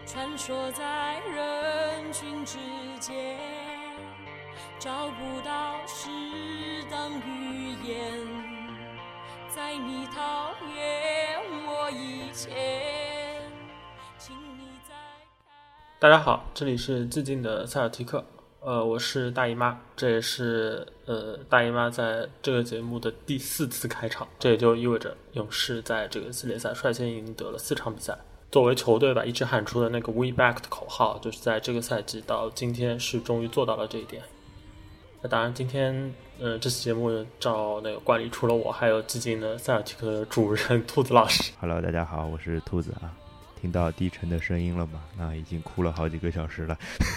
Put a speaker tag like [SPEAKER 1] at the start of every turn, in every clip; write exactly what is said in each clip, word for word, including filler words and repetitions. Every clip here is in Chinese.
[SPEAKER 1] 穿梭在人群之间，找不到适当语言，在你讨厌我以前，请你再看。
[SPEAKER 2] 大家好，这里是寂静的塞尔提克，呃，我是大姨妈，这也是呃大姨妈在这个节目的第四次开场，这也就意味着勇士在这个系列赛率先赢得了四场比赛。作为球队吧，一直喊出的那个 We Back 的口号，就是在这个赛季到今天是终于做到了这一点。那当然，今天呃这期节目照那个惯例，除了我，还有寂静的塞尔提克的主人兔子老师。
[SPEAKER 3] Hello， 大家好，我是兔子啊。听到低沉的声音了吗？那已经哭了好几个小时了。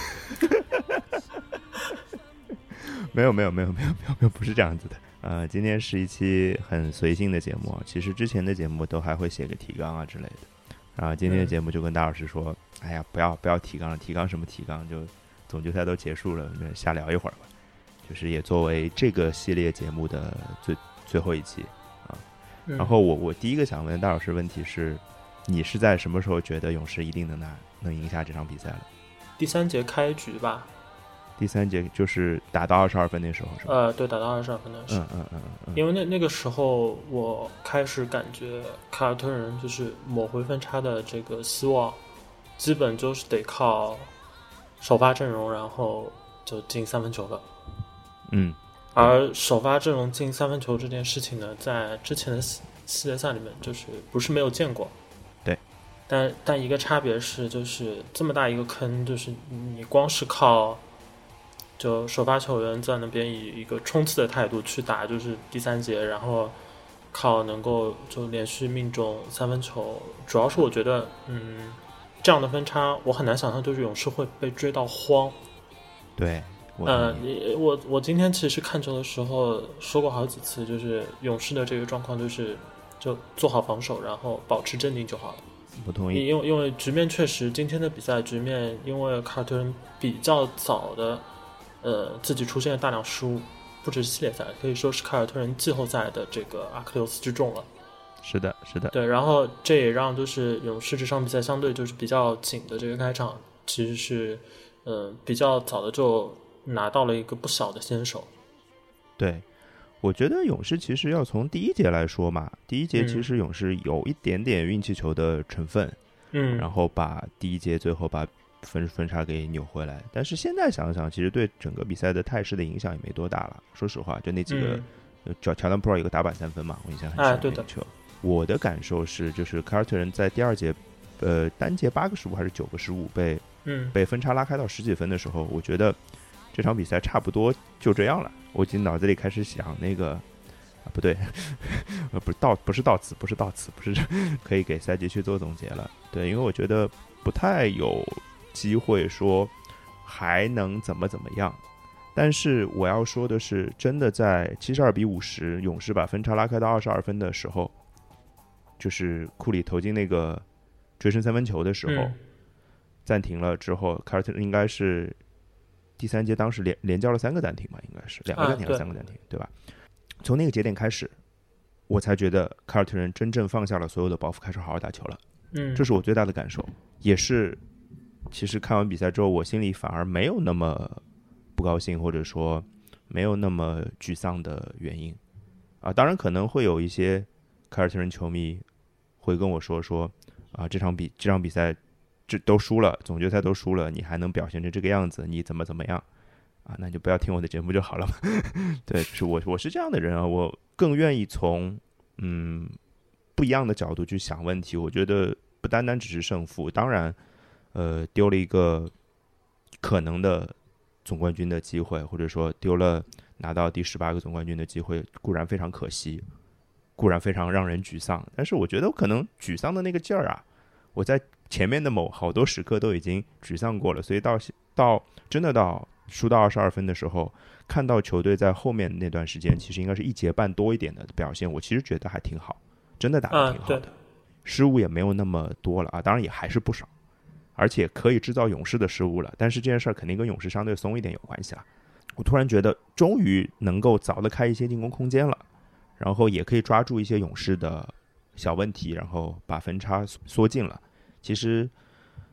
[SPEAKER 3] 没有没有没有没有没有没有，不是这样子的。呃，今天是一期很随性的节目，其实之前的节目都还会写个提纲啊之类的。然后今天的节目就跟大老师说，嗯、哎呀，不要不要提纲了，提纲什么提纲？就总决赛都结束了，就瞎聊一会儿吧。就是也作为这个系列节目的最最后一期啊。
[SPEAKER 2] 嗯、
[SPEAKER 3] 然后我我第一个想问大老师问题是，你是在什么时候觉得勇士一定能拿能赢下这场比赛了？
[SPEAKER 2] 第三节开局吧。
[SPEAKER 3] 第三节就是打到二十二分那时候是吧？
[SPEAKER 2] 呃，对，打到二十二分那时候。
[SPEAKER 3] 嗯嗯嗯嗯。
[SPEAKER 2] 因为那那个时候我开始感觉凯尔特人就是抹回分差的这个希望，基本就是得靠首发阵容，然后就进三分球了。
[SPEAKER 3] 嗯。
[SPEAKER 2] 而首发阵容进三分球这件事情呢，在之前的系列赛里面就是不是没有见过。
[SPEAKER 3] 对。
[SPEAKER 2] 但但一个差别是，就是这么大一个坑，就是你光是靠就首发球员在那边以一个冲刺的态度去打，就是第三节，然后靠能够就连续命中三分球，主要是我觉得，嗯，这样的分差，我很难想象就是勇士会被追到慌。
[SPEAKER 3] 对，
[SPEAKER 2] 呃，我我今天其实看球的时候说过好几次，就是勇士的这个状况就是就做好防守，然后保持镇定就好了。
[SPEAKER 3] 不同意，
[SPEAKER 2] 因为因为局面确实今天的比赛局面，因为凯尔特人比较早的。呃，自己出现了大量失误，不只是系列赛，可以说是凯尔特人季后赛的这个阿克琉斯之重了。
[SPEAKER 3] 是的，是的。
[SPEAKER 2] 对，然后这也让就是勇士这场比赛相对就是比较紧的这个开场，其实是呃比较早的就拿到了一个不小的先手。
[SPEAKER 3] 对，我觉得勇士其实要从第一节来说嘛，第一节其实勇士有一点点运气球的成分，
[SPEAKER 2] 嗯，然
[SPEAKER 3] 后把第一节最后把分分差给扭回来，但是现在想想，其实对整个比赛的态势的影响也没多大了。说实话，就那几个，嗯、乔乔丹普尔有个打板三分嘛，我印象很深。
[SPEAKER 2] 哎，对的。
[SPEAKER 3] 我的感受是，就是凯尔特人在第二节，呃，单节八个失误还是九个失误被，
[SPEAKER 2] 嗯，
[SPEAKER 3] 被分差拉开到十几分的时候，我觉得这场比赛差不多就这样了。我已经脑子里开始想那个，啊，不对，呃，不是到不是到此，不是到此，不是可以给赛季去做总结了。对，因为我觉得不太有机会说还能怎么怎么样，但是我要说的是，真的在七十二比五十，勇士把分差拉开到二十二分的时候，就是库里投进那个追身三分球的时候，
[SPEAKER 2] 嗯、
[SPEAKER 3] 暂停了之后，凯尔特人应该是第三节当时连连交了三个暂停吧，应该是两个暂停还是三个暂停，啊、对, 对吧？从那个节点开始，我才觉得凯尔特人真正放下了所有的包袱，开始好好打球了。
[SPEAKER 2] 嗯，
[SPEAKER 3] 这是我最大的感受，也是。其实看完比赛之后，我心里反而没有那么不高兴，或者说没有那么沮丧的原因啊。当然，可能会有一些凯尔特人球迷会跟我说说啊，这场比这场比赛这都输了，总决赛都输了，你还能表现成这个样子，你怎么怎么样啊？那就不要听我的节目就好了嘛。对，就是我我是这样的人啊，我更愿意从嗯不一样的角度去想问题。我觉得不单单只是胜负，当然。呃，丢了一个可能的总冠军的机会，或者说丢了拿到第十八个总冠军的机会，固然非常可惜，固然非常让人沮丧。但是我觉得可能沮丧的那个劲儿啊，我在前面的某好多时刻都已经沮丧过了，所以到到真的到输到二十二分的时候，看到球队在后面那段时间，其实应该是一节半多一点的表现，我其实觉得还挺好，真的打得挺好的，
[SPEAKER 2] 啊、
[SPEAKER 3] 失误也没有那么多了啊，当然也还是不少。而且可以制造勇士的失误了，但是这件事儿肯定跟勇士相对松一点有关系了。我突然觉得，终于能够凿得开一些进攻空间了，然后也可以抓住一些勇士的小问题，然后把分差缩进了。其实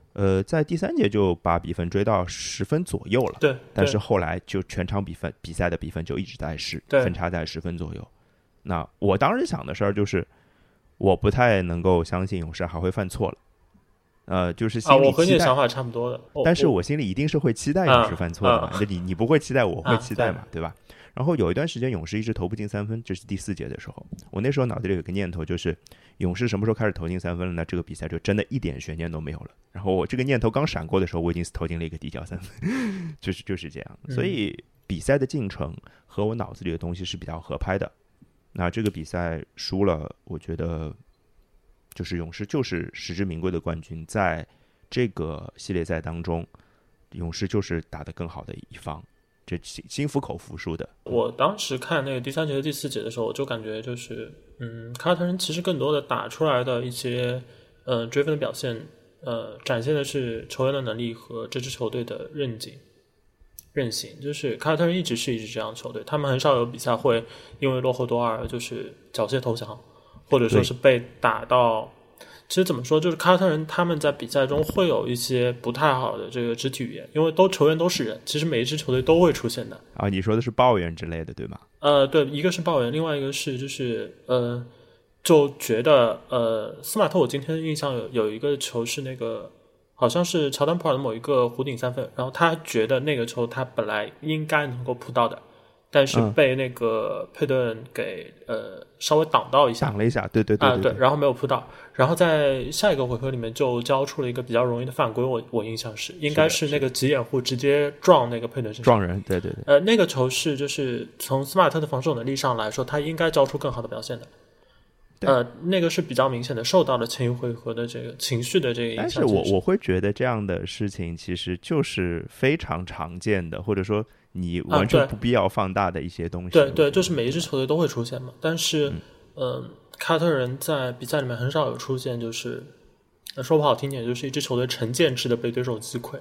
[SPEAKER 3] 呃，在第三节就把比分追到十分左右了。
[SPEAKER 2] 对，
[SPEAKER 3] 但是后来就全场比分比赛的比分就一直在十分差在十分左右。那我当时想的事儿就是，我不太能够相信勇士还会犯错了。呃，就是心里期待、
[SPEAKER 2] 啊、我和你的想法差不多的，
[SPEAKER 3] 但是我心里一定是会期待勇士犯错的嘛。那、啊、你你不会期待，我会期待嘛，啊、对吧？然后有一段时间勇士一直投不进三分，这是第四节的时候，我那时候脑子里有个念头，就是勇士什么时候开始投进三分了呢？这个比赛就真的一点悬念都没有了。然后我这个念头刚闪过的时候，我已经投进了一个底角三分，就是就是这样。所以比赛的进程和我脑子里的东西是比较合拍的。那这个比赛输了，我觉得就是勇士就是实至名归的冠军，在这个系列赛当中，勇士就是打得更好的一方。这心服口服输的。
[SPEAKER 2] 我当时看那个第三节和第四节的时候，我就感觉就是，嗯，凯尔特人其实更多的打出来的一些，呃，追分的表现，呃，展现的是球员的能力和这支球队的韧劲、韧性。就是凯尔特人一直是一支这样的球队，他们很少有比赛会因为落后多二就是缴械投降，或者说是被打到。其实怎么说，就是凯尔特人他们在比赛中会有一些不太好的这个肢体语言，因为都球员都是人，其实每一支球队都会出现的。
[SPEAKER 3] 啊，你说的是抱怨之类的，对吗？
[SPEAKER 2] 呃，对，一个是抱怨，另外一个是就是呃，就觉得呃，斯马特我今天印象有有一个球是那个好像是乔丹普尔的某一个弧顶三分，然后他觉得那个球他本来应该能够扑到的。但是被那个佩顿给、嗯、呃稍微挡到一下，
[SPEAKER 3] 挡了一下，对对对 对,
[SPEAKER 2] 对, 对、呃、对，然后没有扑到，然后在下一个回合里面就交出了一个比较容易的犯规，我我印象是应该是那个急掩护直接撞那个佩顿身上，
[SPEAKER 3] 撞人，对对对，
[SPEAKER 2] 呃，那个球是就是从斯马特的防守能力上来说，他应该交出更好的表现的。呃，那个是比较明显的受到了前一回合的这个情绪的这个影响。
[SPEAKER 3] 但是我我会觉得这样的事情其实就是非常常见的，或者说你完全不必要放大的一些东西。
[SPEAKER 2] 对 对, 对，就是每一支球队都会出现嘛。但是，嗯、呃，凯尔特人在比赛里面很少有出现，就是说不好听点，就是一支球队成建制的被对手击溃。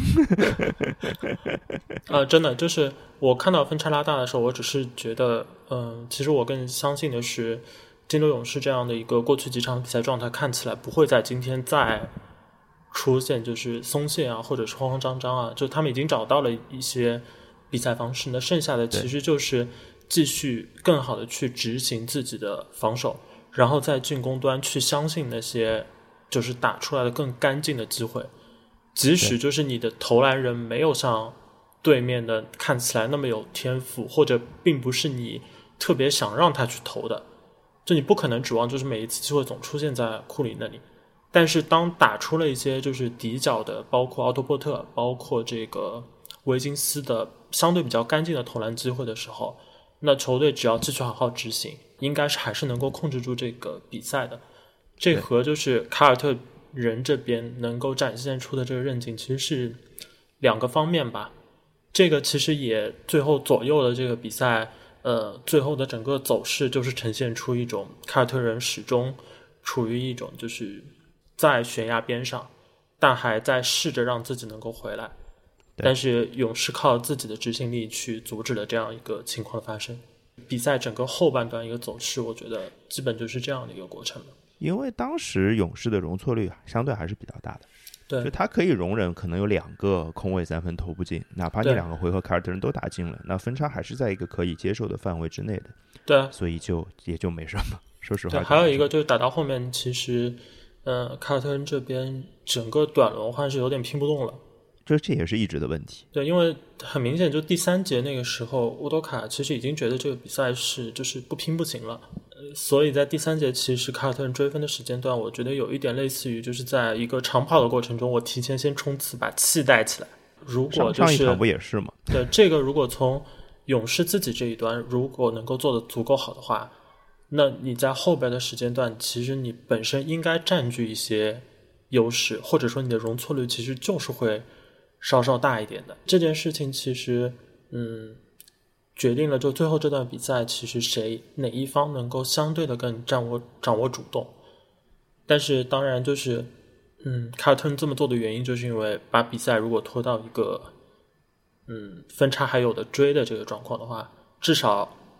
[SPEAKER 2] 啊、呃，真的就是我看到分差拉大的时候，我只是觉得，嗯、呃，其实我更相信的是。金州勇士这样的一个过去几场比赛状态看起来不会在今天再出现就是松懈啊或者是慌慌张张啊，就他们已经找到了一些比赛方式，那剩下的其实就是继续更好的去执行自己的防守，然后在进攻端去相信那些就是打出来的更干净的机会，即使就是你的投篮人没有像对面的看起来那么有天赋，或者并不是你特别想让他去投的，就你不可能指望就是每一次机会总出现在库里那里，但是当打出了一些就是底角的，包括奥托波特，包括这个维金斯的相对比较干净的投篮机会的时候，那球队只要继续好好执行，应该是还是能够控制住这个比赛的。这和就是凯尔特人这边能够展现出的这个韧劲其实是两个方面吧。这个其实也最后左右了这个比赛呃，最后的整个走势，就是呈现出一种凯尔特人始终处于一种就是在悬崖边上，但还在试着让自己能够回来，但是勇士靠自己的执行力去阻止了这样一个情况的发生。比赛整个后半段一个走势，我觉得基本就是这样的一个过程了。
[SPEAKER 3] 因为当时勇士的容错率相对还是比较大的，
[SPEAKER 2] 对，
[SPEAKER 3] 就他可以容忍可能有两个空位三分投不进，哪怕你两个回合凯尔特人都打进了，那分差还是在一个可以接受的范围之内的。
[SPEAKER 2] 对，
[SPEAKER 3] 所以就也就没什么。说实话，
[SPEAKER 2] 对，还有一个就是打到后面，其实，呃，凯尔特人这边整个短轮换是有点拼不动了。
[SPEAKER 3] 这这也是一直的问题。
[SPEAKER 2] 对，因为很明显，就第三节那个时候，乌多卡其实已经觉得这个比赛是就是不拼不行了。所以在第三节其实凯尔特人追分的时间段，我觉得有一点类似于就是在一个长跑的过程中，我提前先冲刺把气带起来。如果就是
[SPEAKER 3] 上一场不也是吗？
[SPEAKER 2] 对，这个如果从勇士自己这一端如果能够做得足够好的话，那你在后边的时间段其实你本身应该占据一些优势，或者说你的容错率其实就是会稍稍大一点的。这件事情其实嗯。决定了就最后这段比赛其实谁哪一方能够相对的更掌握掌握主动。但是当然就是嗯，凯尔特人这么做的原因就是因为把比赛如果拖到一个嗯分差还有的追的这个状况的话，至少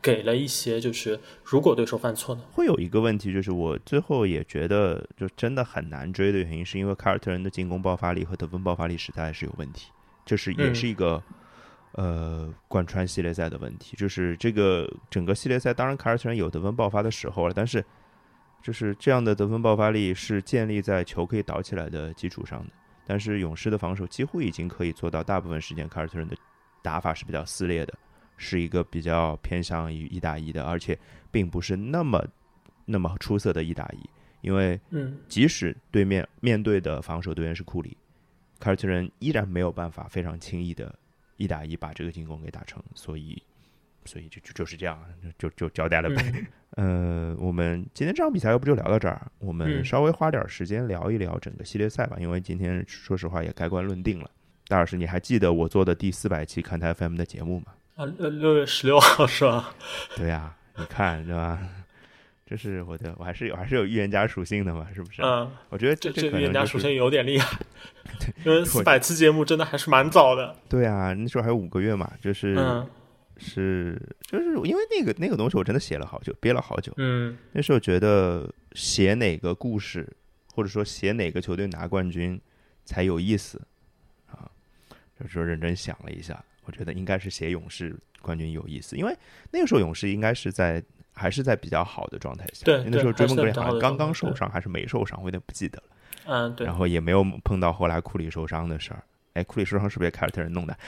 [SPEAKER 2] 给了一些就是如果对手犯错呢？
[SPEAKER 3] 会有一个问题，就是我最后也觉得就真的很难追的原因，是因为凯尔特人的进攻爆发力和得分爆发力实在是有问题，就是也是一个、嗯、呃贯穿系列赛的问题。就是这个整个系列赛，当然凯尔特人有得分爆发的时候了，但是就是这样的得分爆发力是建立在球可以倒起来的基础上的。但是勇士的防守几乎已经可以做到，大部分时间凯尔特人的打法是比较撕裂的，是一个比较偏向于一打一的，而且并不是那么那么出色的一打一。因为即使对面面对的防守队员是库里，凯尔特人依然没有办法非常轻易的一打一把这个进攻给打成，所以所以就就就是这样，就就交代了呗。嗯、呃，我们今天这场比赛要不就聊到这儿，我们稍微花点时间聊一聊整个系列赛吧，因为今天说实话也盖棺论定了。大老师，你还记得我做的第四百期看台 F M 的节目吗？
[SPEAKER 2] 啊，六月十六号是吧？
[SPEAKER 3] 对呀、啊，你看对吧？这是我的，我还是有还是有预言家属性的嘛，是不是？
[SPEAKER 2] 嗯，
[SPEAKER 3] 我觉得这
[SPEAKER 2] 这
[SPEAKER 3] 这
[SPEAKER 2] 预言家属性有点厉害，因为四百期节目真的还是蛮早的。
[SPEAKER 3] 对啊，那时候还有五个月嘛，就是。嗯是，就是因为那个那个东西，我真的写了好久，憋了好久。
[SPEAKER 2] 嗯，
[SPEAKER 3] 那时候觉得写哪个故事，或者说写哪个球队拿冠军才有意思啊。就说认真想了一下，我觉得应该是写勇士冠军有意思，因为那个时候勇士应该是在还是在比较好的状态下。
[SPEAKER 2] 对，
[SPEAKER 3] 那时候追梦格林好像刚刚受伤，还是没受伤，我有点不记得了。
[SPEAKER 2] 嗯，对。
[SPEAKER 3] 然后也没有碰到后来库里受伤的事儿。哎，库里受伤是不是也凯尔特人弄的？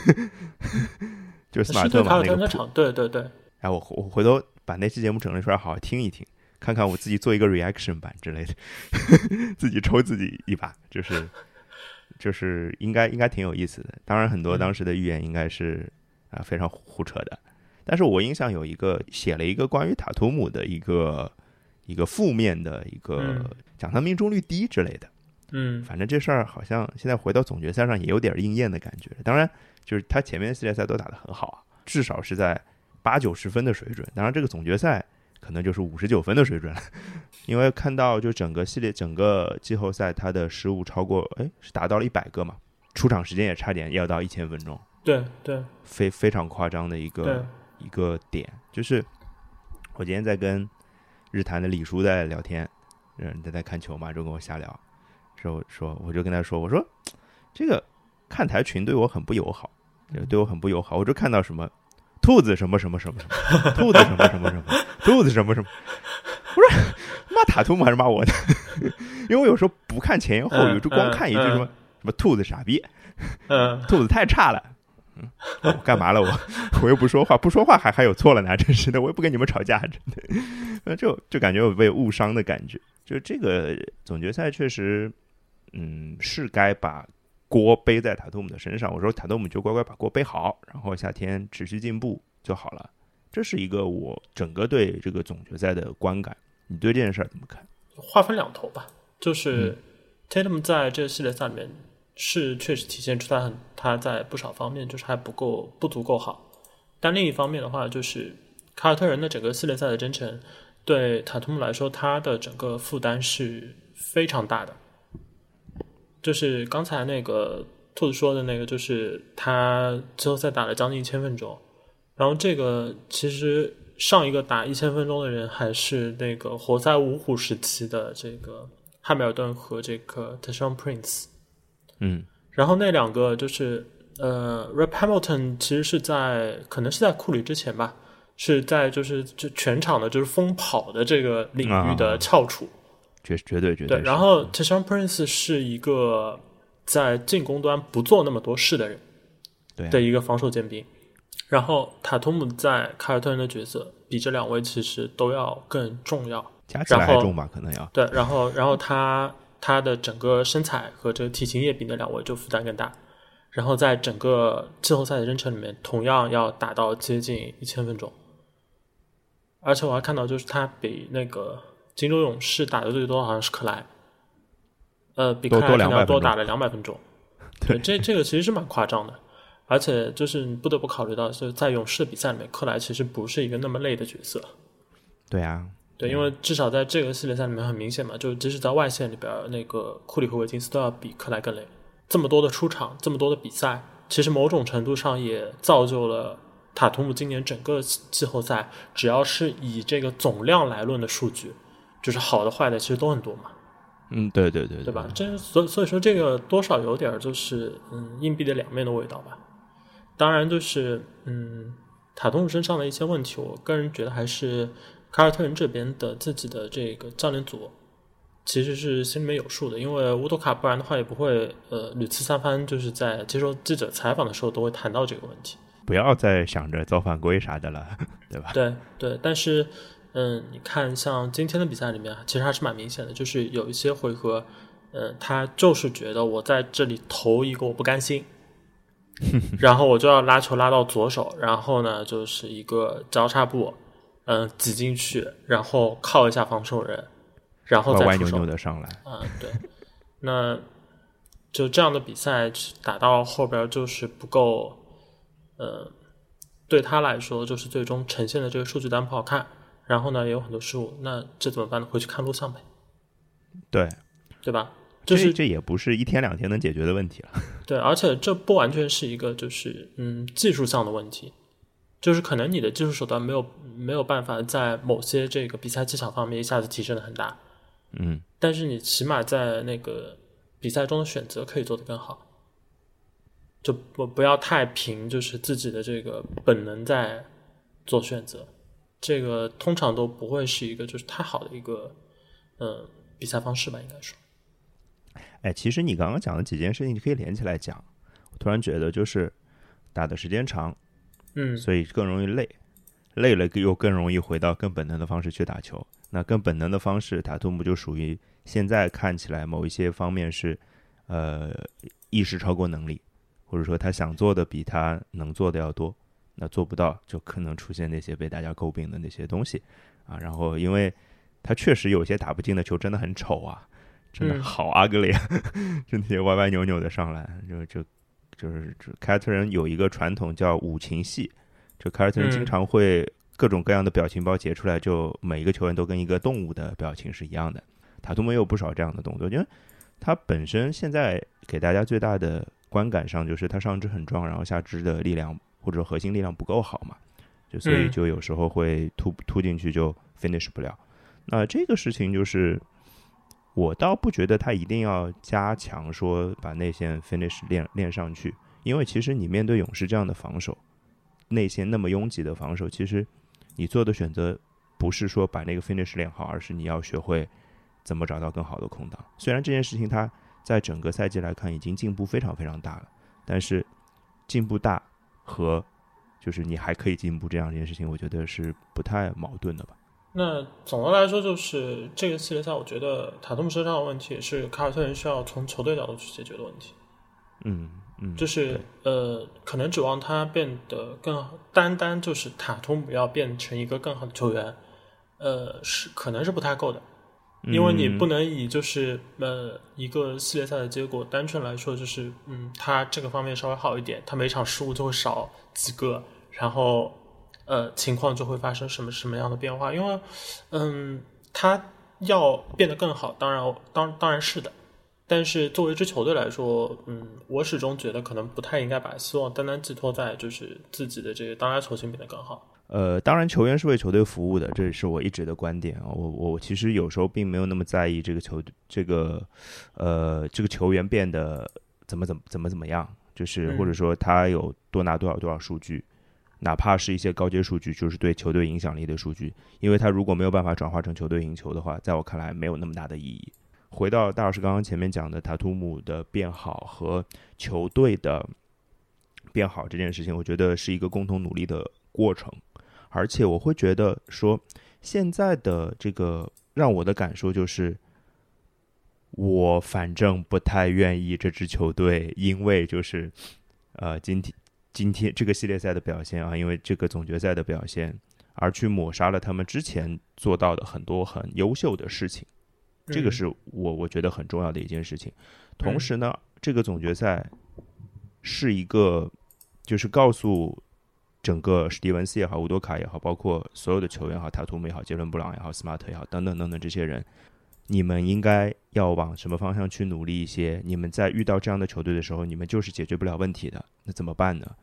[SPEAKER 3] 就是斯马特嘛，那个
[SPEAKER 2] 场，对对对。
[SPEAKER 3] 然后我我回头把那期节目整理出来，好好听一听，看看我自己做一个 reaction 版之类的，自己抽自己一把，就是就是应该应该挺有意思的。当然，很多当时的预言应该是啊、呃、非常胡扯的，但是我印象有一个写了一个关于塔图姆的一个一个负面的一个讲他命中率低之类的。
[SPEAKER 2] 嗯，
[SPEAKER 3] 反正这事儿好像现在回到总决赛上也有点应验的感觉。当然，就是他前面的系列赛都打得很好啊，至少是在八九十分的水准。当然，这个总决赛可能就是五十九分的水准了，因为看到就整个系列整个季后赛他的失误超过，哎，是达到了一百个嘛，出场时间也差点要到一千分钟。
[SPEAKER 2] 对对，
[SPEAKER 3] 非非常夸张的一个一个点。就是我今天在跟日坛的李叔在聊天，嗯，他在看球嘛，就跟我瞎聊。说说，我就跟他说，我说这个看台群对我很不友好，对我很不友好。我就看到什么兔子什么什么什么什么，兔子什么什么什么，兔子什么什么。我说骂塔图姆还是骂我的？因为我有时候不看前言后语，就光看一句什么、嗯嗯、什么兔子傻逼，
[SPEAKER 2] 嗯，
[SPEAKER 3] 兔子太差了。嗯，我干嘛了我？我又不说话，不说话还还有错了呢，真是的，我又不跟你们吵架，真的，就就感觉有被误伤的感觉。就这个总决赛确实。嗯，是该把锅背在塔图姆的身上。我说塔图姆就乖乖把锅背好，然后夏天持续进步就好了。这是一个我整个对这个总决赛的观感。你对这件事怎么看？
[SPEAKER 2] 话分两头吧，就是 Tatum 在这个系列赛里面是确实体现出他他在不少方面就是还不够不足够好，但另一方面的话，就是凯尔特人的整个系列赛的征程对塔图姆来说，他的整个负担是非常大的。就是刚才那个兔子说的那个，就是他季后赛打了将近一千分钟，然后这个其实上一个打一千分钟的人还是那个活在五虎时期的这个汉密尔顿和这个 Tayshaun Prince，
[SPEAKER 3] 嗯，
[SPEAKER 2] 然后那两个就是呃 Rip Hamilton 其实是在可能是在库里之前吧，是在就是就全场的就是疯跑的这个领域的翘楚。啊
[SPEAKER 3] 绝绝对绝对
[SPEAKER 2] 对，然后 Tayshaun Prince 是一个在进攻端不做那么多事的人，
[SPEAKER 3] 对、啊、
[SPEAKER 2] 的一个防守尖兵。然后塔图姆在凯尔特人的角色比这两位其实都要更重要，
[SPEAKER 3] 加起来还重吧，可能要
[SPEAKER 2] 对。然后，然后他他的整个身材和这个体型也比那两位就负担更大。然后在整个季后赛的征程里面，同样要打到接近一千分钟。而且我还看到，就是他比那个金州勇士打的最多好像是克莱，呃，比克莱要多打了两百分钟。对，这这个其实是蛮夸张的，而且就是你不得不考虑到，就是在勇士的比赛里面，克莱其实不是一个那么累的角色。
[SPEAKER 3] 对啊，
[SPEAKER 2] 对，因为至少在这个系列赛里面很明显嘛，就即使在外线里边，那个库里和维金斯都要比克莱更累。这么多的出场，这么多的比赛，其实某种程度上也造就了塔图姆今年整个季后赛，只要是以这个总量来论的数据，就是好的坏的其实都很多嘛。
[SPEAKER 3] 嗯，对对对
[SPEAKER 2] 对, 对吧？这所所以说这个多少有点就是嗯硬币的两面的味道吧。当然就是嗯塔图姆身上的一些问题，我个人觉得还是凯尔特人这边的自己的这个教练组其实是心里面有数的，因为乌多卡不然的话也不会呃屡次三番就是在接受记者采访的时候都会谈到这个问题。
[SPEAKER 3] 不要再想着造犯规啥的了，对吧？
[SPEAKER 2] 对对，但是嗯，你看像今天的比赛里面其实还是蛮明显的，就是有一些回合嗯，他就是觉得我在这里投一个我不甘心然后我就要拉球拉到左手，然后呢就是一个交叉步嗯，挤进去，然后靠一下防守人，然后再出手
[SPEAKER 3] 歪扭扭的上来
[SPEAKER 2] 啊、嗯，对，那就这样的比赛打到后边就是不够呃，对他来说就是最终呈现的这个数据单不好看，然后呢也有很多失误，那这怎么办呢？回去看录像呗，
[SPEAKER 3] 对
[SPEAKER 2] 对吧？就是
[SPEAKER 3] 这这也不是一天两天能解决的问题了。
[SPEAKER 2] 对，而且这不完全是一个就是嗯技术上的问题，就是可能你的技术手段没有没有办法在某些这个比赛技巧方面一下子提升的很大，
[SPEAKER 3] 嗯，
[SPEAKER 2] 但是你起码在那个比赛中的选择可以做得更好，就不不要太凭就是自己的这个本能在做选择，这个通常都不会是一个就是太好的一个呃比赛方式吧，应该说。
[SPEAKER 3] 哎，其实你刚刚讲的几件事情，你可以连起来讲。我突然觉得，就是打的时间长，
[SPEAKER 2] 嗯，
[SPEAKER 3] 所以更容易累，累了又更容易回到更本能的方式去打球。那更本能的方式，塔图姆就属于现在看起来某一些方面是，呃，意识超过能力，或者说他想做的比他能做的要多，那做不到，就可能出现那些被大家诟病的那些东西啊。然后，因为他确实有些打不进的球真的很丑啊。真的好 ugly 啊！嗯、就那些歪歪扭扭的上来，就就就是凯尔特人有一个传统叫五禽戏，就凯尔特人经常会各种各样的表情包截出来，就每一个球员都跟一个动物的表情是一样的。塔图姆也有不少这样的动作，因为他本身现在给大家最大的观感上就是他上肢很壮，然后下肢的力量或者核心力量不够好嘛，就所以就有时候会突突进去就 finish 不了。那这个事情就是。我倒不觉得他一定要加强说把内线 finish 练练上去，因为其实你面对勇士这样的防守，内线那么拥挤的防守，其实你做的选择不是说把那个 finish 练好，而是你要学会怎么找到更好的空档。虽然这件事情他在整个赛季来看已经进步非常非常大了，但是进步大和就是你还可以进步这样一件事情，我觉得是不太矛盾的吧。
[SPEAKER 2] 那总的来说，就是这个系列赛，我觉得塔图姆身上的问题是凯尔特人需要从球队角度去解决的问题。
[SPEAKER 3] 嗯嗯，
[SPEAKER 2] 就是呃，可能指望他变得更好，单单就是塔图姆要变成一个更好的球员，呃，是可能是不太够的，因为你不能以就是呃一个系列赛的结果单纯来说，就是嗯，他这个方面稍微好一点，他每场失误就会少几个，然后。呃，情况就会发生什么什么样的变化？因为，嗯，他要变得更好，当然，当当然是的。但是作为一支球队来说，嗯，我始终觉得可能不太应该把希望单单寄托在就是自己的这个当家球星变得更好。
[SPEAKER 3] 呃，当然，球员是为球队服务的，这是我一直的观点啊。我我其实有时候并没有那么在意这个球这个呃这个球员变得怎么怎么怎么怎么样，就是或者说他有多拿多少多少数据。哪怕是一些高阶数据，就是对球队影响力的数据，因为他如果没有办法转化成球队赢球的话，在我看来没有那么大的意义。回到大老师刚刚前面讲的塔图姆的变好和球队的变好这件事情，我觉得是一个共同努力的过程。而且我会觉得说，现在的这个让我的感受就是，我反正不太愿意这支球队因为就是呃今天。今天这个系列赛的表现啊，因为这个总决赛的表现，而去抹杀了他们之前做到的很多很优秀的事情，这个是我我觉得很重要的一件事情。同时呢，这个总决赛是一个就是告诉整个史蒂文斯也好，乌多卡也好，包括所有的球员也好，塔图姆也好，杰伦布朗也好，斯马特也好，等等等等这些人，你们应该要往什么方向去努力一些。你们在遇到这样的球队的时候，你们就是解决不了问题的，那怎么办呢？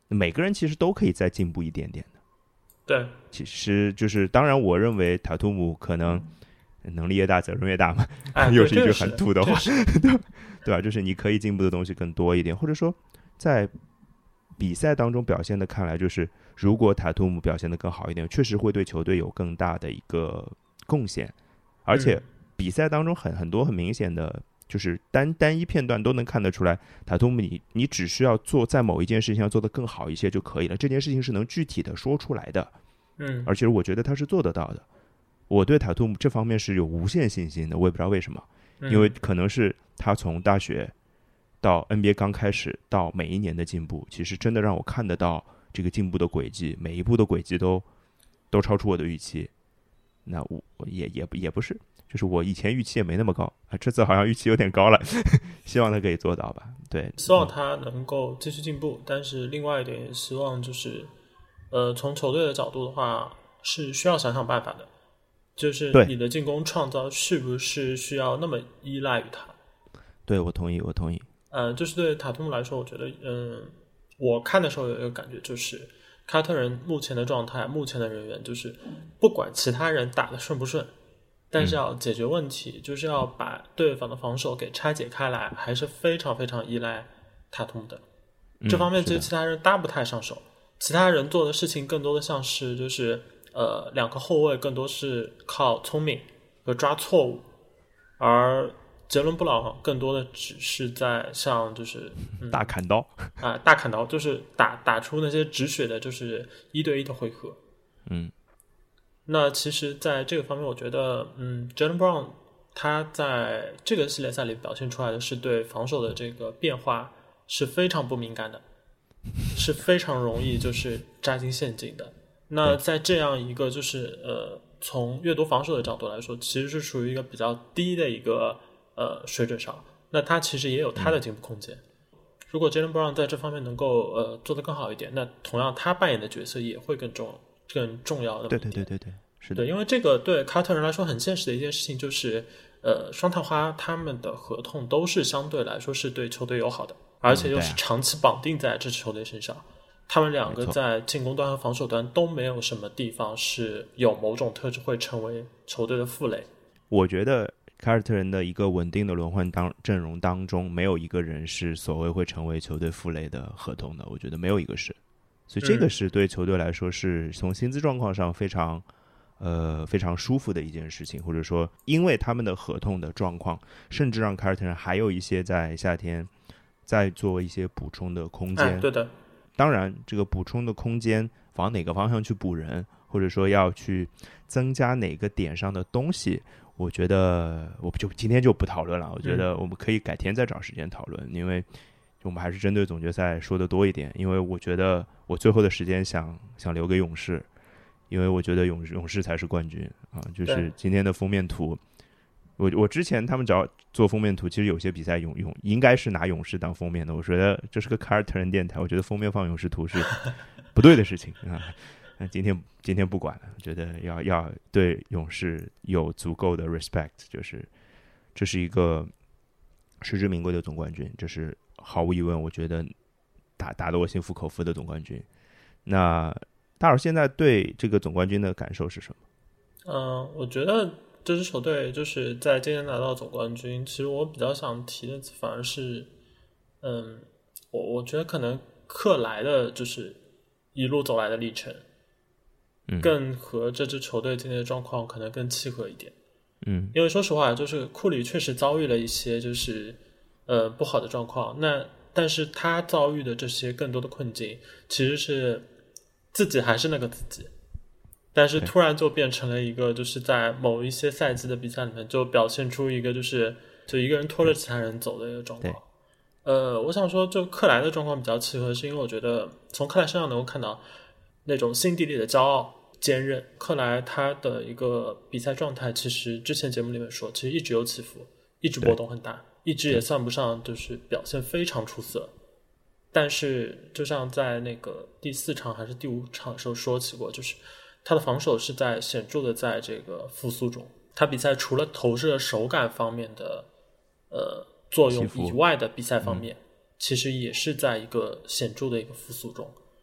[SPEAKER 3] 每个人其实都可以再进步一点点的。
[SPEAKER 2] 对，
[SPEAKER 3] 其实就是当然，我认为塔图姆可能能力越大，责任越大嘛，
[SPEAKER 2] 哎、
[SPEAKER 3] 又是一句很土的话，
[SPEAKER 2] 对
[SPEAKER 3] 对吧？就是你可以进步的东西更多一点，或者说在比赛当中表现的，看来就是如果塔图姆表现的更好一点，确实会对球队有更大的一个贡献，而且比赛当中很很多很明显的。就是单单一片段都能看得出来，塔图姆你你只需要做在某一件事情上做得更好一些就可以了，这件事情是能具体的说出来的，
[SPEAKER 2] 嗯，
[SPEAKER 3] 而且我觉得他是做得到的。我对塔图姆这方面是有无限信心的，我也不知道为什么，因为可能是他从大学到 N B A 刚开始到每一年的进步，其实真的让我看得到这个进步的轨迹，每一步的轨迹都都超出我的预期。那我也也也不是。就是我以前预期也没那么高啊，这次好像预期有点高了，希望他可以做到吧。对，
[SPEAKER 2] 希望他能够继续进步，嗯、但是另外一点也希望就是，呃，从球队的角度的话，是需要想想办法的，就是你的进攻创造是不是需要那么依赖于他？
[SPEAKER 3] 对，我同意，我同意。
[SPEAKER 2] 呃，就是对塔图姆来说，我觉得，嗯，我看的时候有一个感觉，就是凯尔特人目前的状态，目前的人员，就是不管其他人打得顺不顺。但是要解决问题、嗯、就是要把对方的防守给拆解开来，还是非常非常依赖塔图姆的、嗯、这方面其实其他人搭不太上手，其他人做的事情更多的像是就是呃两个后卫更多是靠聪明和抓错误，而杰伦布朗更多的只是在像就是、嗯、
[SPEAKER 3] 大砍刀
[SPEAKER 2] 啊、呃、大砍刀，就是打打出那些止血的就是一对一的回合。
[SPEAKER 3] 嗯，
[SPEAKER 2] 那其实在这个方面我觉得嗯 Jaylen Brown 他在这个系列赛里表现出来的是对防守的这个变化是非常不敏感的，是非常容易就是扎进陷阱的。那在这样一个就是呃从阅读防守的角度来说，其实是处于一个比较低的一个呃水准上，那他其实也有他的进步空间、嗯、如果 Jaylen Brown 在这方面能够呃做得更好一点，那同样他扮演的角色也会更重更重要的。
[SPEAKER 3] 对对对对对，是的。
[SPEAKER 2] 对，因为这个对凯尔特人来说很现实的一件事情就是，呃，双探花他们的合同都是相对来说是对球队友好的，而且又是长期绑定在这支球队身上。嗯啊、他们两个在进攻端和防守端都没有什么地方是有某种特质会成为球队的负累。
[SPEAKER 3] 我觉得凯尔特人的一个稳定的轮换当阵容当中，没有一个人是所谓会成为球队负累的合同的，我觉得没有一个是。所以这个是对球队来说是从薪资状况上非常呃非常舒服的一件事情，或者说因为他们的合同的状况，甚至让凯尔特人还有一些在夏天再做一些补充的空间、
[SPEAKER 2] 哎、对的。
[SPEAKER 3] 当然这个补充的空间往哪个方向去补人，或者说要去增加哪个点上的东西，我觉得我就今天就不讨论了，我觉得我们可以改天再找时间讨论、嗯、因为我们还是针对总决赛说的多一点，因为我觉得我最后的时间想想留给勇士，因为我觉得勇士勇士才是冠军啊！就是今天的封面图，我我之前他们只要做封面图，其实有些比赛勇勇应该是拿勇士当封面的，我觉得这是个凯尔特人电台，我觉得封面放勇士图是不对的事情啊。那今天今天不管了，我觉得要要对勇士有足够的 respect， 就是这是一个实至名归的总冠军，这是毫无疑问，我觉得打打得我心服口服的总冠军。那大耳现在对这个总冠军的感受是什么？
[SPEAKER 2] 嗯、呃，我觉得这支球队就是在今年拿到总冠军，其实我比较想提的反而是，嗯，我我觉得可能克莱的就是一路走来的历程，嗯，更和这支球队今年的状况可能更契合一点。
[SPEAKER 3] 嗯，
[SPEAKER 2] 因为说实话，就是库里确实遭遇了一些就是呃不好的状况，那但是他遭遇的这些更多的困境，其实是自己还是那个自己，但是突然就变成了一个就是在某一些赛季的比赛里面就表现出一个就是就一个人拖着其他人走的一个状况。呃，我想说就克莱的状况比较契合，是因为我觉得从克莱身上能够看到那种心底里的骄傲坚韧。克莱他的一个比赛状态其实之前节目里面说其实一直有起伏，一直波动很大，一直也算不上就是表现非常出色，但是就像在那个第四场还是第五场的时候说起过，就是他的防守是在显著的在这个复苏中，他比赛除了投射手感方面的呃作用以外的比赛方面、嗯、其实也是在一个显著的一个复苏中。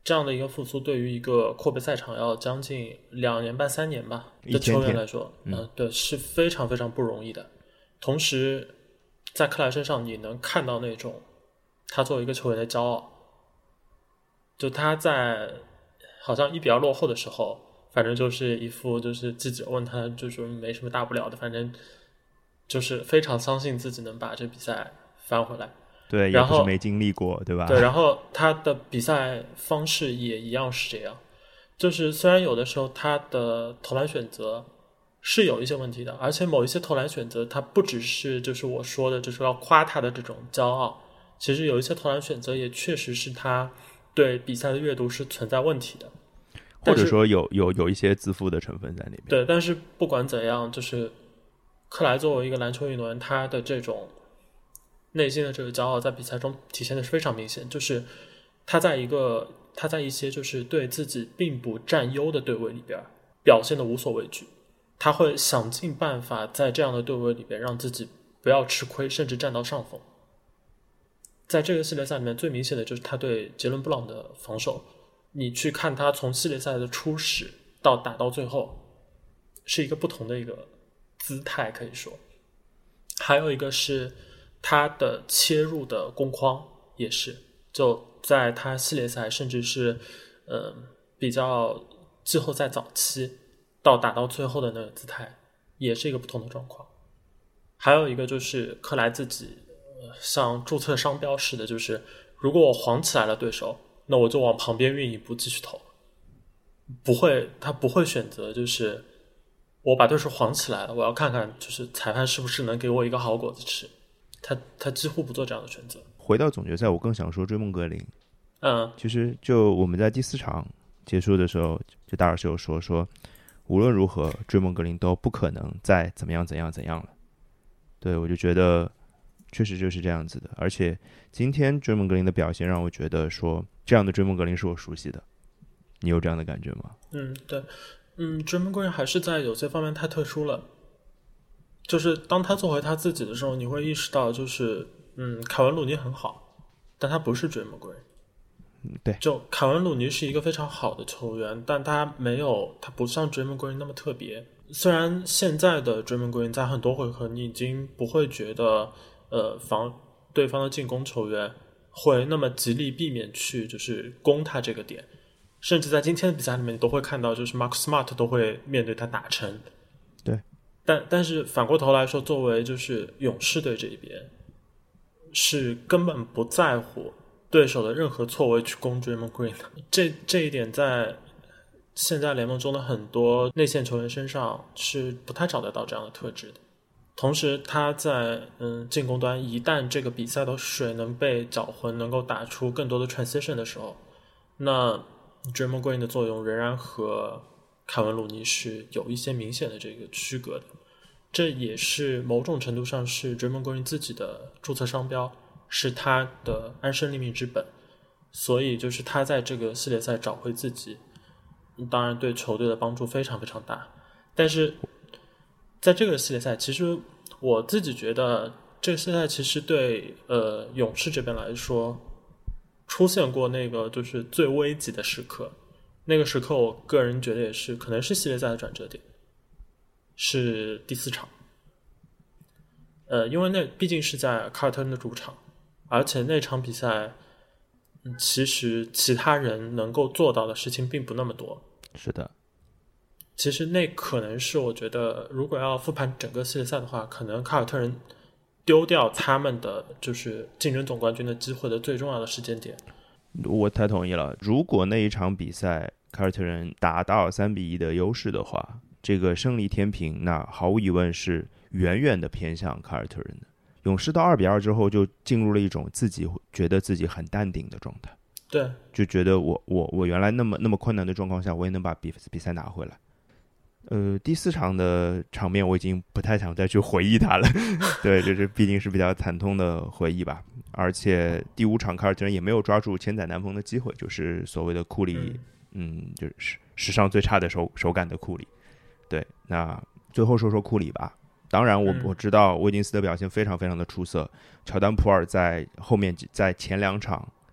[SPEAKER 2] 这样的一个复苏对于一个阔别赛场要将近两年半三年吧的球员来说，嗯、呃，对，是非常非常不容易的。同时在克莱身上你能看到那种他作为一个球员的骄傲，就他在好像一比二落后的时候，反正就是一副就是记者问他就说没什么大不了的，反正就是非常相信自己能把这比赛翻回来。
[SPEAKER 3] 对，也不是没经历过，对吧？
[SPEAKER 2] 对，然后他的比赛方式也一样是这样，就是虽然有的时候他的投篮选择是有一些问题的，而且某一些投篮选择他不只是就是我说的就是要夸他的这种骄傲，其实有一些投篮选择也确实是他对比赛的阅读是存在问题的，
[SPEAKER 3] 或者说有有有一些自负的成分在那边。
[SPEAKER 2] 对，但是不管怎样，就是克莱作为一个篮球运动员，他的这种内心的这个骄傲在比赛中体现的是非常明显，就是他在一个他在一些就是对自己并不占优的队位里边表现的无所畏惧，他会想尽办法在这样的队位里边让自己不要吃亏，甚至占到上风。在这个系列赛里面最明显的就是他对杰伦布朗的防守，你去看他从系列赛的初始到打到最后是一个不同的一个姿态，可以说还有一个是他的切入的攻框也是，就在他系列赛甚至是呃比较季后赛早期到打到最后的那个姿态也是一个不同的状况。还有一个就是克莱自己、呃、像注册商标似的，就是如果我晃起来了对手，那我就往旁边运一步继续投，不会他不会选择就是我把对手晃起来了，我要看看就是裁判是不是能给我一个好果子吃，他他几乎不做这样的选择。
[SPEAKER 3] 回到总决赛，我更想说追梦格林。
[SPEAKER 2] 嗯，
[SPEAKER 3] 其实就我们在第四场结束的时候，就大老师有说说，无论如何，追梦格林都不可能再怎么样怎样怎样了。对，我就觉得确实就是这样子的。而且今天追梦格林的表现让我觉得说，这样的追梦格林是我熟悉的。你有这样的感觉吗？
[SPEAKER 2] 嗯，对，嗯，追梦格林还是在有些方面太特殊了。就是当他做回他自己的时候，你会意识到，就是嗯，凯文鲁尼很好，但他不是追梦格林。
[SPEAKER 3] 嗯，对，
[SPEAKER 2] 就凯文鲁尼是一个非常好的球员，但他没有，他不像追梦格林那么特别。虽然现在的追梦格林在很多回合，你已经不会觉得，呃，防对方的进攻球员会那么极力避免去就是攻他这个点，甚至在今天的比赛里面，你都会看到，就是 Marcus Smart 都会面对他打沉。
[SPEAKER 3] 对，
[SPEAKER 2] 但但是反过头来说，作为就是勇士队这一边，是根本不在乎对手的任何错位去攻 Draymond Green 的。这这一点在现在联盟中的很多内线球员身上是不太找得到这样的特质的。同时他在嗯进攻端，一旦这个比赛的水能被搅浑，能够打出更多的 transition 的时候，那 Draymond Green 的作用仍然和凯文鲁尼是有一些明显的这个区隔的。这也是某种程度上是 Draymond Green 自己的注册商标，是他的安身立命之本。所以就是他在这个系列赛找回自己，当然对球队的帮助非常非常大。但是在这个系列赛，其实我自己觉得这个系列赛其实对呃勇士这边来说出现过那个就是最危急的时刻。那个时刻我个人觉得也是可能是系列赛的转折点，是第四场。呃，因为那毕竟是在凯尔特人的主场，而且那场比赛、嗯、其实其他人能够做到的事情并不那么多。
[SPEAKER 3] 是的，
[SPEAKER 2] 其实那可能是我觉得如果要复盘整个系列赛的话，可能凯尔特人丢掉他们的就是竞争总冠军的机会的最重要的时间点。
[SPEAKER 3] 我太同意了。如果那一场比赛凯尔特人达到三比一的优势的话，这个胜利天平那毫无疑问是远远的偏向凯尔特人的。勇士到二比二之后就进入了一种自己觉得自己很淡定的状态，
[SPEAKER 2] 对，
[SPEAKER 3] 就觉得我我我原来那么那么困难的状况下，我也能把比比赛拿回来。呃，第四场的场面我已经不太想再去回忆它了，对，这是毕竟是比较惨痛的回忆吧。而且第五场凯尔特人也没有抓住千载难逢的机会，就是所谓的库里，嗯，嗯就是史上最差的手手感的库里。对，那最后说说库里吧。当然我，我我知道威金斯的表现非常非常的出色，乔丹普尔在后面在前两场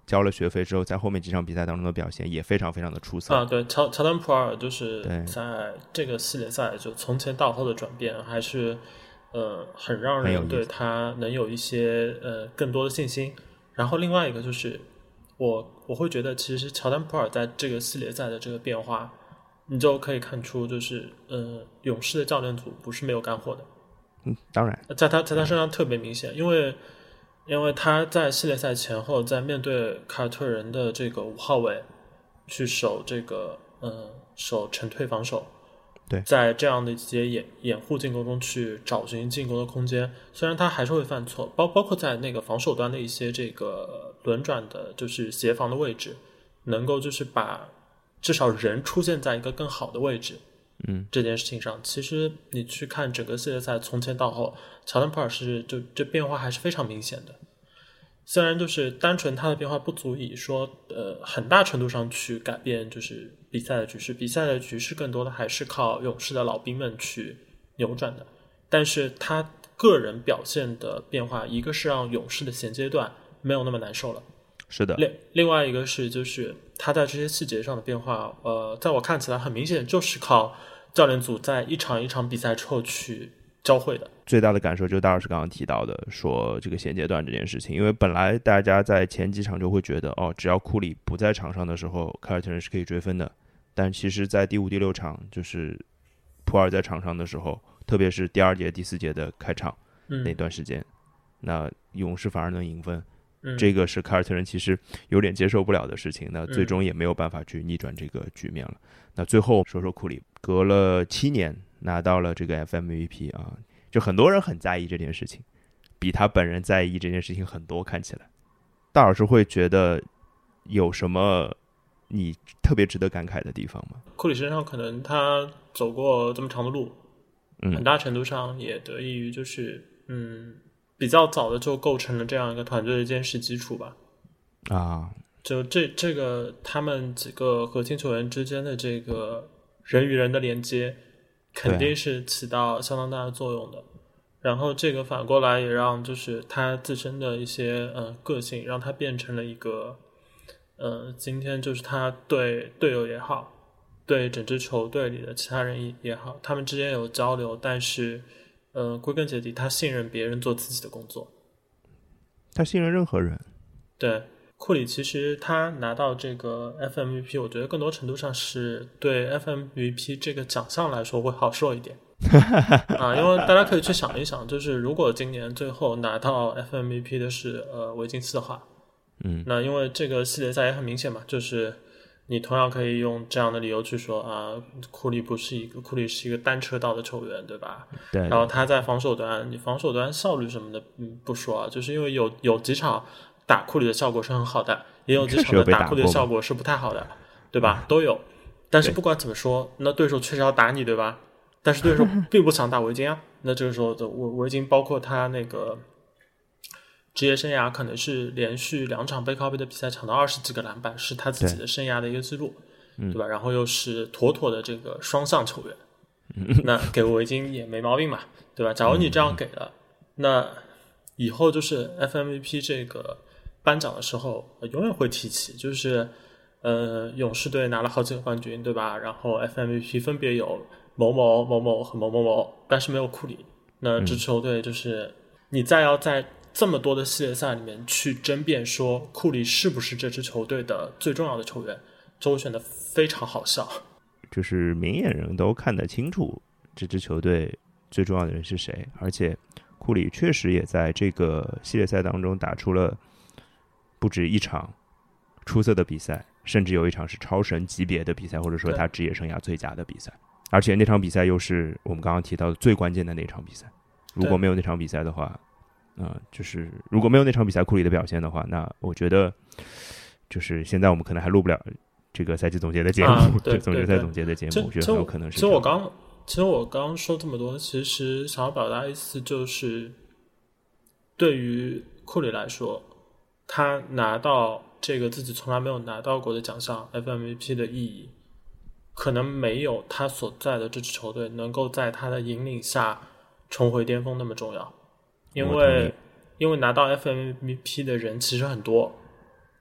[SPEAKER 3] 交了学费之后，在后面几场比赛当中的表现也非常非常的出色
[SPEAKER 2] 啊。对，乔乔丹普尔就是在这个系列赛就从前到后的转变，还是呃很让人对他能有一些呃更多的信心。然后另外一个就是我我会觉得，其实乔丹普尔在这个系列赛的这个变化，你就可以看出，就是呃勇士的教练组不是没有干货的。
[SPEAKER 3] 嗯，当然，
[SPEAKER 2] 在他在他身上特别明显，因为因为他在系列赛前后，在面对凯尔特人的这个五号位去守这个呃守沉退防守，
[SPEAKER 3] 对，
[SPEAKER 2] 在这样的一些掩掩护进攻中去找寻进攻的空间。虽然他还是会犯错，包包括在那个防守端的一些这个轮转的，就是协防的位置，能够就是把至少人出现在一个更好的位置。
[SPEAKER 3] 嗯，
[SPEAKER 2] 这件事情上，其实你去看整个系列赛从前到后，乔丹普尔是就这变化还是非常明显的。虽然就是单纯他的变化不足以说呃很大程度上去改变就是比赛的局势，比赛的局势更多的还是靠勇士的老兵们去扭转的。但是他个人表现的变化，一个是让勇士的衔接段没有那么难受了，
[SPEAKER 3] 是的。
[SPEAKER 2] 另另外一个是就是他在这些细节上的变化，呃，在我看起来很明显就是靠教练组在一场一场比赛之后去教会的。
[SPEAKER 3] 最大的感受就是大老师刚刚提到的，说这个衔接段这件事情，因为本来大家在前几场就会觉得，哦，只要库里不在场上的时候，凯尔特人是可以追分的。但其实，在第五、第六场，就是普尔在场上的时候，特别是第二节、第四节的开场、嗯、那段时间，那勇士反而能赢分。嗯、这个是凯尔特人其实有点接受不了的事情，那最终也没有办法去逆转这个局面了。嗯、那最后说说库里，隔了七年拿到了这个 F M V P 啊，就很多人很在意这件事情，比他本人在意这件事情很多。看起来，大老师会觉得有什么你特别值得感慨的地方吗？
[SPEAKER 2] 库里身上可能他走过这么长的路，
[SPEAKER 3] 嗯、
[SPEAKER 2] 很大程度上也得益于就是嗯。比较早的就构成了这样一个团队的坚实基础吧。
[SPEAKER 3] 啊，
[SPEAKER 2] 就这这个他们几个核心球员之间的这个人与人的连接，肯定是起到相当大的作用的。然后这个反过来也让就是他自身的一些呃个性，让他变成了一个呃今天就是他对队友也好，对整支球队里的其他人也好，他们之间有交流，但是。呃，归根结底，他信任别人做自己的工作，
[SPEAKER 3] 他信任任何人。
[SPEAKER 2] 对，库里其实他拿到这个 F M V P， 我觉得更多程度上是对 F M V P 这个奖项来说会好受一点啊，因为大家可以去想一想，就是如果今年最后拿到 F M V P 的是呃维金斯的话，
[SPEAKER 3] 嗯，
[SPEAKER 2] 那因为这个系列赛也很明显嘛，就是。你同样可以用这样的理由去说啊，库里不是一个库里是一个单车道的球员，对吧？
[SPEAKER 3] 对。
[SPEAKER 2] 然后他在防守端，你防守端效率什么的，嗯，不说啊，就是因为有有几场打库里的效果是很好的，也有几场的打库里的效果是不太好的，对吧？都有。但是不管怎么说，那对手确实要打你，对吧？但是对手并不想打维金啊。那这个时候的维维金，包括他那个。职业生涯可能是连续两场背靠背的比赛抢到二十几个篮板，是他自己的生涯的一个记录， 对, 对吧？然后又是妥妥的这个双向球员，嗯、那给维金也没毛病嘛，对吧？假如你这样给了，嗯、那以后就是 F M V P 这个颁奖的时候，永远会提起，就是呃，勇士队拿了好几个冠军，对吧？然后 F M V P 分别有某某某某和某某某，但是没有库里。那支球队就是你再要在这么多的系列赛里面去争辩说库里是不是这支球队的最重要的球员，周选的非常好笑，
[SPEAKER 3] 就是明眼人都看得清楚这支球队最重要的人是谁，而且库里确实也在这个系列赛当中打出了不止一场出色的比赛，甚至有一场是超神级别的比赛，或者说他职业生涯最佳的比赛，而且那场比赛又是我们刚刚提到的最关键的那场比赛，如果没有那场比赛的话呃，就是如果没有那场比赛库里的表现的话，那我觉得就是现在我们可能还录不了这个赛季总结的节目，
[SPEAKER 2] 啊、对
[SPEAKER 3] 总决赛总结的节目，我觉得很有可能是。
[SPEAKER 2] 其实我刚，其实我刚刚说这么多，其实想要表达意思就是，对于库里来说，他拿到这个自己从来没有拿到过的奖项 F M V P 的意义，可能没有他所在的这支球队能够在他的引领下重回巅峰那么重要。因为因为拿到 F M V P 的人其实很多，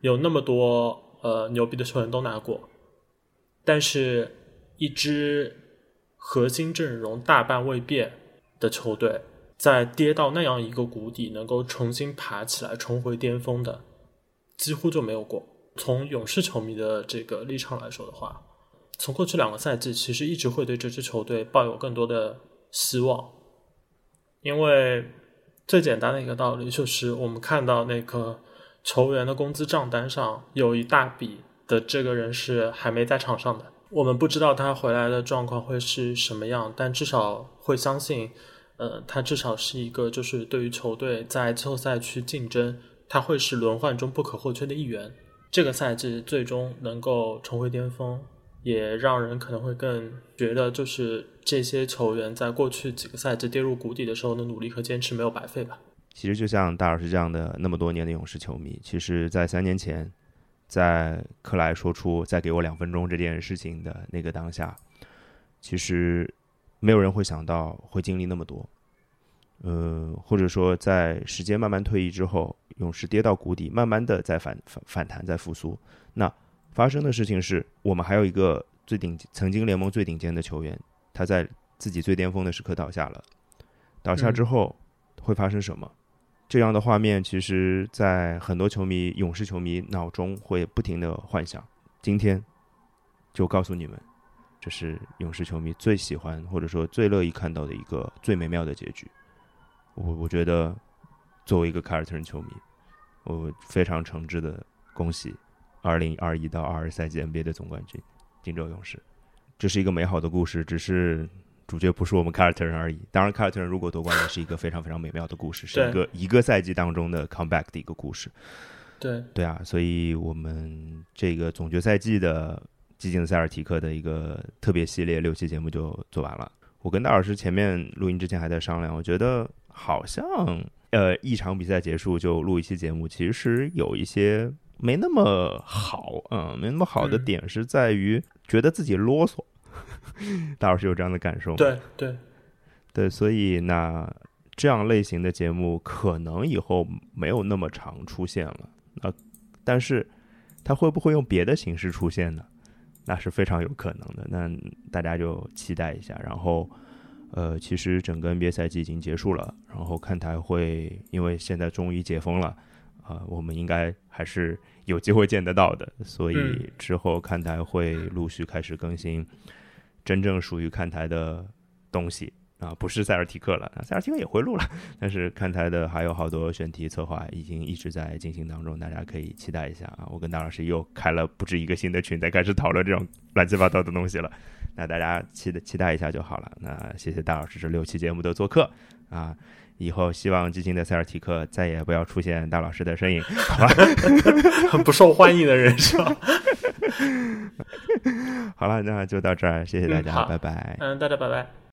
[SPEAKER 2] 有那么多呃牛逼的球员都拿过，但是一支核心阵容大半未变的球队，在跌到那样一个谷底能够重新爬起来重回巅峰的几乎就没有过。从勇士球迷的这个立场来说的话，从过去两个赛季其实一直会对这支球队抱有更多的希望，因为最简单的一个道理就是我们看到那个球员的工资账单上有一大笔的这个人是还没在场上的，我们不知道他回来的状况会是什么样，但至少会相信呃，他至少是一个就是对于球队在季后赛去竞争，他会是轮换中不可或缺的一员。这个赛季最终能够重回巅峰，也让人可能会更觉得就是这些球员在过去几个赛季跌入谷底的时候的努力和坚持没有白费吧。
[SPEAKER 3] 其实就像大老师这样的那么多年的勇士球迷，其实在三年前在克莱说出再给我两分钟这件事情的那个当下，其实没有人会想到会经历那么多，呃，或者说在时间慢慢推移之后，勇士跌到谷底，慢慢的在反反反弹，在复苏。那发生的事情是，我们还有一个最顶曾经联盟最顶尖的球员，他在自己最巅峰的时刻倒下了。倒下之后会发生什么？嗯、这样的画面，其实在很多球迷、勇士球迷脑中会不停的幻想。今天就告诉你们，这是勇士球迷最喜欢或者说最乐意看到的一个最美妙的结局。我我觉得作为一个凯尔特人球迷，我非常诚挚的恭喜二零二一到二二赛季 N B A 的总冠军金州勇士。这是一个美好的故事，只是主角不是我们凯尔特人而已。当然凯尔特人如果夺冠也是一个非常非常美妙的故事，是一个一个赛季当中的 comeback 的一个故事。
[SPEAKER 2] 对
[SPEAKER 3] 对啊，所以我们这个总决赛季的激进的塞尔提克的一个特别系列六期节目就做完了。我跟大老师前面录音之前还在商量，我觉得好像呃一场比赛结束就录一期节目，其实有一些没那么好，嗯，没那么好的点是在于觉得自己啰嗦。大老师有这样的感受吗？
[SPEAKER 2] 对对
[SPEAKER 3] 对，所以那这样类型的节目可能以后没有那么常出现了。那但是它会不会用别的形式出现呢？那是非常有可能的，那大家就期待一下。然后呃，其实整个 N B A 赛季已经结束了，然后看台会因为现在终于解封了啊、呃，我们应该还是有机会见得到的，所以之后看台会陆续开始更新真正属于看台的东西啊，不是塞尔提克了，塞尔提克也会录了，但是看台的还有好多选题策划已经一直在进行当中，大家可以期待一下啊！我跟大老师又开了不止一个新的群，在开始讨论这种乱七八糟的东西了，那大家期待期待一下就好了。那谢谢大老师这六期节目的做客啊！以后希望激进的塞尔提克再也不要出现大老师的身影，好吧？
[SPEAKER 2] 很不受欢迎的人是吧？
[SPEAKER 3] 好了，那就到这儿，谢谢大家，
[SPEAKER 2] 嗯、
[SPEAKER 3] 拜拜。
[SPEAKER 2] 嗯，大家拜拜。